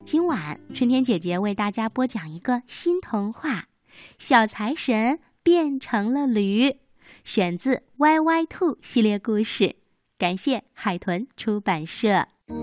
今晚春天姐姐为大家播讲一个新童话，小财神变成了驴，选自歪歪兔系列故事，感谢海豚出版社。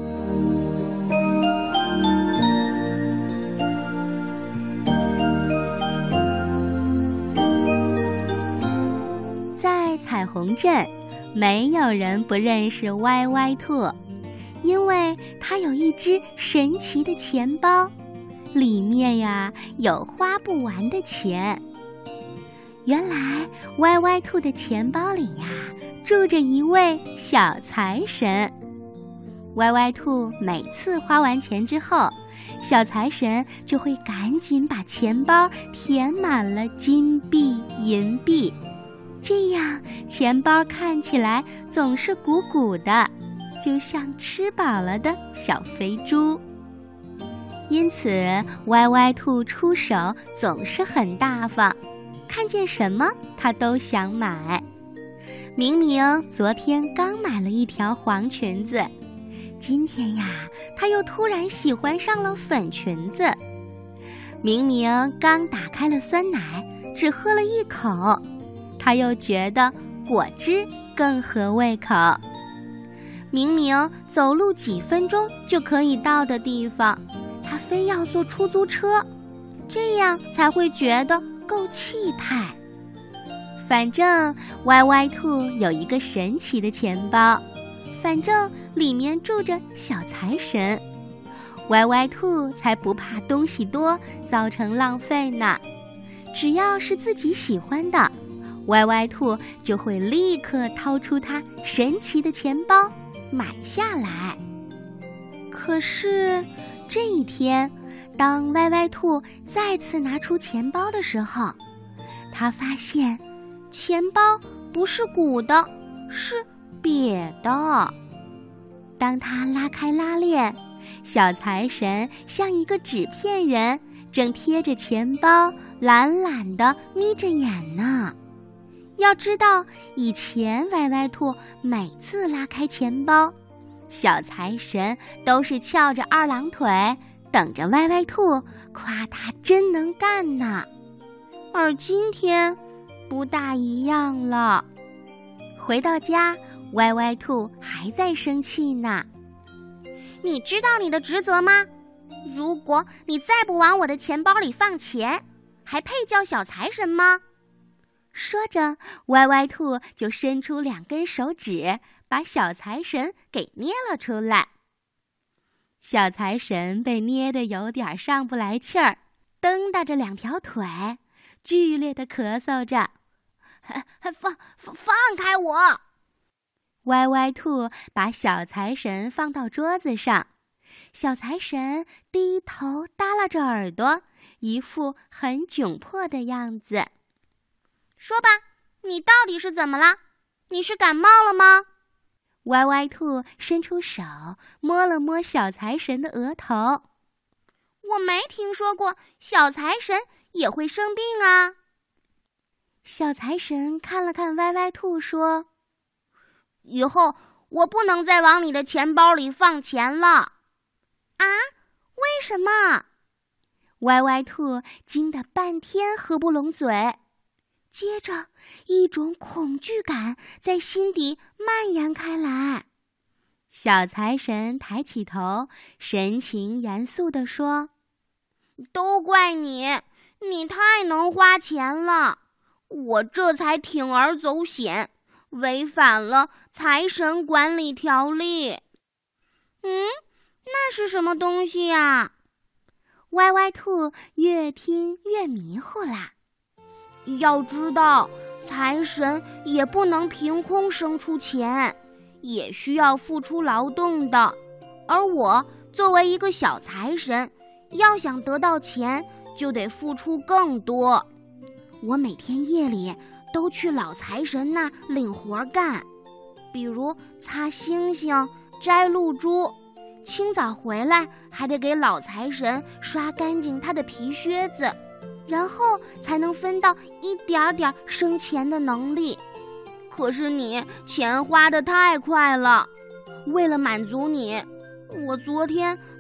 在彩虹镇，没有人不认识歪歪兔，因为它有一只神奇的钱包，里面呀有花不完的钱。原来歪歪兔的钱包里呀住着一位小财神。歪歪兔每次花完钱之后，小财神就会赶紧把钱包填满了金币银币，这样钱包看起来总是鼓鼓的，就像吃饱了的小肥猪。因此歪歪兔出手总是很大方，看见什么他都想买。明明昨天刚买了一条黄裙子，今天呀他又突然喜欢上了粉裙子。明明刚打开了酸奶，只喝了一口，他又觉得果汁更合胃口。明明走路几分钟就可以到的地方，他非要坐出租车，这样才会觉得够气派。反正歪歪兔有一个神奇的钱包，反正里面住着小财神，歪歪兔才不怕东西多造成浪费呢。只要是自己喜欢的，歪歪兔就会立刻掏出它神奇的钱包买下来。可是这一天，当歪歪兔再次拿出钱包的时候，他发现钱包不是鼓的，是瘪的。当他拉开拉链，小财神像一个纸片人，正贴着钱包懒懒地眯着眼呢。要知道，以前歪歪兔每次拉开钱包，小财神都是翘着二郎腿等着歪歪兔夸他真能干呢。而今天不大一样了。回到家，歪歪兔还在生气呢。 你知道你的职责吗？如果你再不往我的钱包里放钱，还配叫小财神吗？ 说着，歪歪兔就伸出2根手指，把小财神给捏了出来。小财神被捏得有点上不来气儿，蹬搭着2条腿，剧烈地咳嗽着。 放开我！ 歪歪兔把小财神放到桌子上，小财神低头耷拉着耳朵，一副很窘迫的样子。 说吧，你到底是怎么了？你是感冒了吗？ 歪歪兔伸出手摸了摸小财神的额头。 我没听说过小财神也会生病啊。 小财神看了看歪歪兔说： 以后我不能再往你的钱包里放钱了。啊？为什么？ 歪歪兔惊得半天合不拢嘴，接着一种恐惧感在心底蔓延开来。小财神抬起头，神情严肃地说： 都怪你，你太能花钱了，我这才铤而走险，违反了财神管理条例。那是什么东西呀？ 歪歪兔越听越迷糊啦。 要知道，财神也不能凭空生出钱，也需要付出劳动的。而我作为一个小财神，要想得到钱，就得付出更多。我每天夜里都去老财神那儿领活干，比如擦星星、摘露珠，清早回来还得给老财神刷干净他的皮靴子，然后才能分到一点点生钱的能力。可是你钱花得太快了，为了满足你，我昨天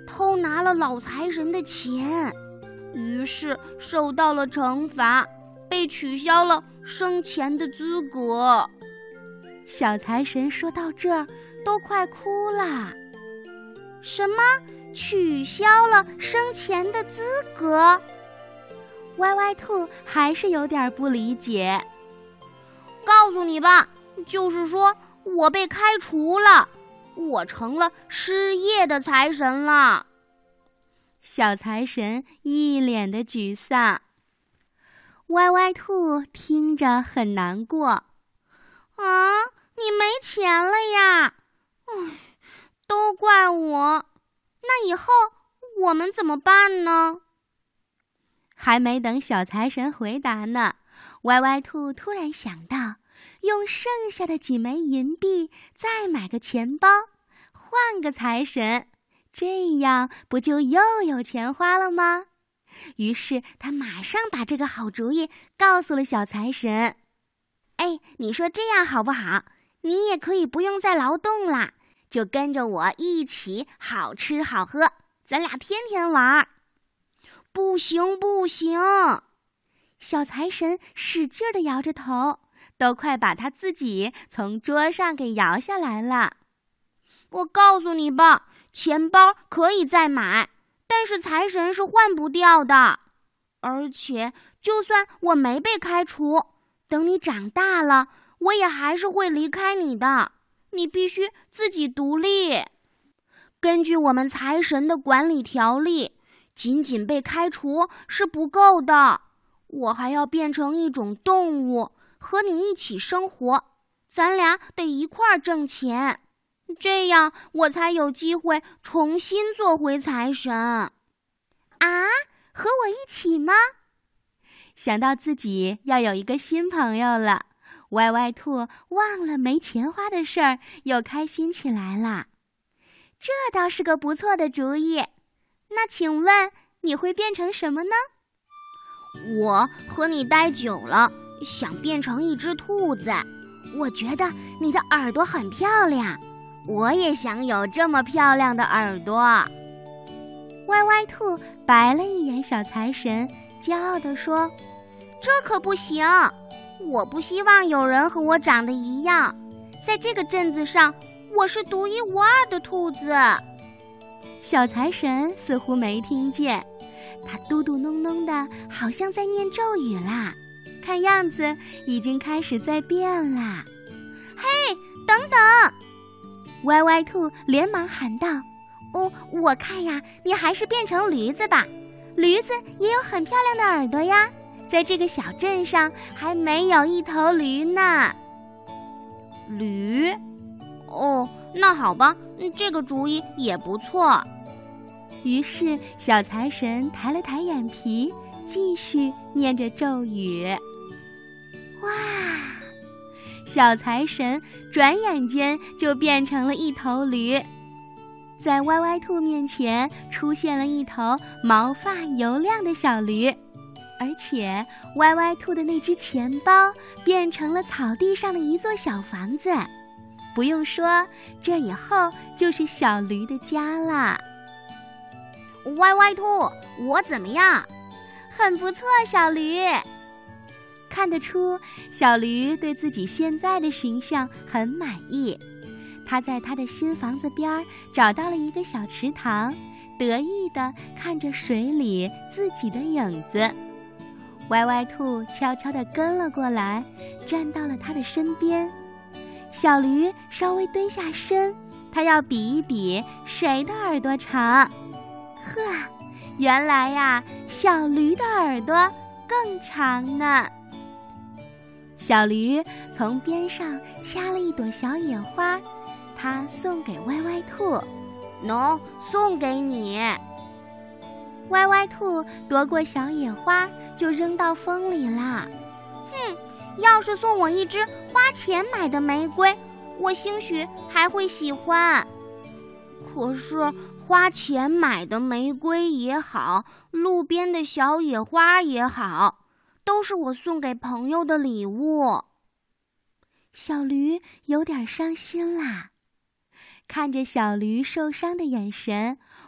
偷拿了老财神的钱，于是受到了惩罚，被取消了生钱的资格。 小财神说到这儿都快哭了。 什么？取消了生钱的资格？ 歪歪兔还是有点不理解。 告诉你吧，就是说我被开除了，我成了失业的财神了。 小财神一脸的沮丧。歪歪兔听着很难过。 啊，你没钱了呀？唉，都怪我。那以后我们怎么办呢？ 还没等小财神回答呢，歪歪兔突然想到，用剩下的几枚银币再买个钱包，换个财神，这样不就又有钱花了吗？于是他马上把这个好主意告诉了小财神。 哎，你说这样好不好？你也可以不用再劳动啦，就跟着我一起好吃好喝，咱俩天天玩。不行不行， 小财神使劲地摇着头，都快把他自己从桌上给摇下来了。 我告诉你吧，钱包可以再买，但是财神是换不掉的。而且就算我没被开除，等你长大了，我也还是会离开你的。你必须自己独立。根据我们财神的管理条例，仅仅被开除是不够的，我还要变成一种动物，和你一起生活，咱俩得一块儿挣钱，这样我才有机会重新做回财神。啊， 和我一起吗？想到自己要有一个新朋友了，歪歪兔忘了没钱花的事儿，又开心起来了。这倒是个不错的主意。那请问你会变成什么呢？ 我和你待久了，想变成一只兔子。我觉得你的耳朵很漂亮，我也想有这么漂亮的耳朵。 歪歪兔白了一眼小财神，骄傲地说： 这可不行，我不希望有人和我长得一样，在这个镇子上，我是独一无二的兔子。 小财神似乎没听见，他嘟嘟哝哝的，好像在念咒语啦，看样子已经开始在变啦。 嘿，等等！ 歪歪兔连忙喊道： 我看呀，你还是变成驴子吧， 驴子也有很漂亮的耳朵呀，在这个小镇上还没有一头驴呢。 驴？哦，那好吧，这个主意也不错。 于是小财神抬了抬眼皮，继续念着咒语。哇！小财神转眼间就变成了一头驴，在歪歪兔面前出现了一头毛发油亮的小驴，而且歪歪兔的那只钱包变成了草地上的一座小房子。不用说，这以后就是小驴的家啦。 歪歪兔，我怎么样？ 很不错，小驴。看得出，小驴对自己现在的形象很满意。他在他的新房子边找到了一个小池塘，得意地看着水里自己的影子。歪歪兔悄悄地跟了过来，站到了他的身边。小驴稍微蹲下身，他要比一比谁的耳朵长。呵，原来呀，小驴的耳朵更长呢。小驴从边上掐了一朵小野花，他送给歪歪兔。 喏，送给你。 歪歪兔夺过小野花，就扔到风里啦。 哼，要是送我一支花钱买的玫瑰，我兴许还会喜欢。可是花钱买的玫瑰也好，路边的小野花也好，都是我送给朋友的礼物。 小驴有点伤心啦。看着小驴受伤的眼神，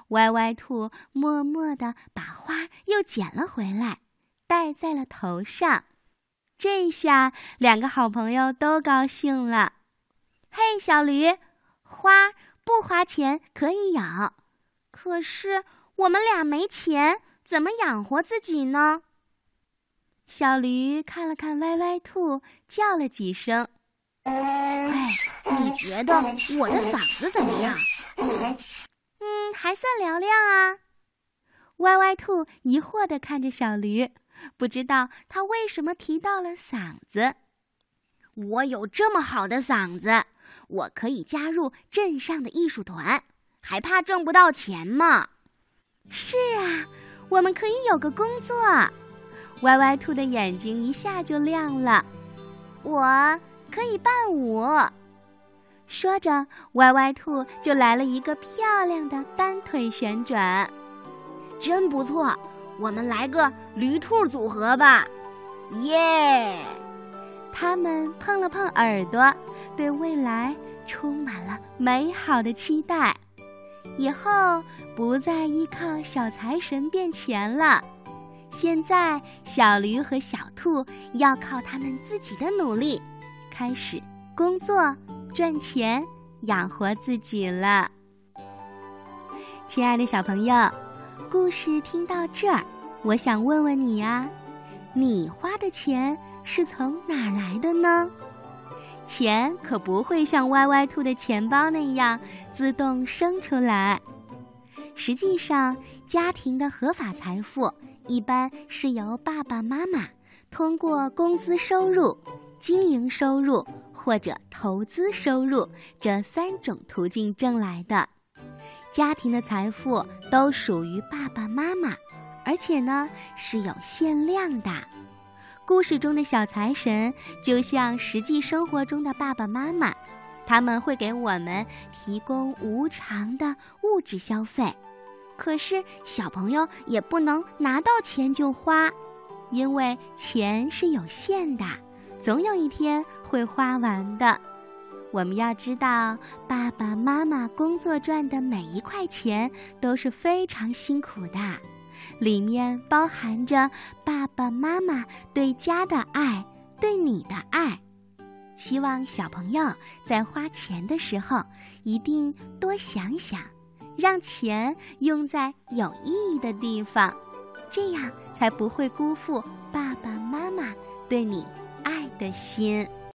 歪歪兔默默地把花又捡了回来，戴在了头上。这下两个好朋友都高兴了。嘿，小驴，花不花钱可以养，可是我们俩没钱，怎么养活自己呢？小驴看了看歪歪兔，叫了几声。 哎，你觉得我的嗓子怎么样？ 还算嘹亮啊。歪歪兔疑惑地看着小驴，不知道他为什么提到了嗓子。 我有这么好的嗓子，我可以加入镇上的艺术团，还怕挣不到钱吗？ 是啊，我们可以有个工作。歪歪兔的眼睛一下就亮了。我可以伴舞。说着，歪歪兔就来了一个漂亮的单腿旋转。 真不错，我们来个驴兔组合吧！耶！ 他们碰了碰耳朵，对未来充满了美好的期待。以后不再依靠小财神变钱了，现在小驴和小兔要靠他们自己的努力，开始工作赚钱，养活自己了。亲爱的小朋友，故事听到这儿，我想问问你啊，你花的钱是从哪儿来的呢？钱可不会像歪歪兔的钱包那样自动生出来。实际上，家庭的合法财富一般是由爸爸妈妈通过工资收入、经营收入或者投资收入这3种途径挣来的。家庭的财富都属于爸爸妈妈，而且呢是有限量的。故事中的小财神就像实际生活中的爸爸妈妈，他们会给我们提供无偿的物质消费。可是小朋友也不能拿到钱就花，因为钱是有限的，总有一天会花完的。我们要知道，爸爸妈妈工作赚的每一块钱都是非常辛苦的，里面包含着爸爸妈妈对家的爱，对你的爱。希望小朋友在花钱的时候一定多想想，让钱用在有意义的地方，这样才不会辜负爸爸妈妈对你爱的心。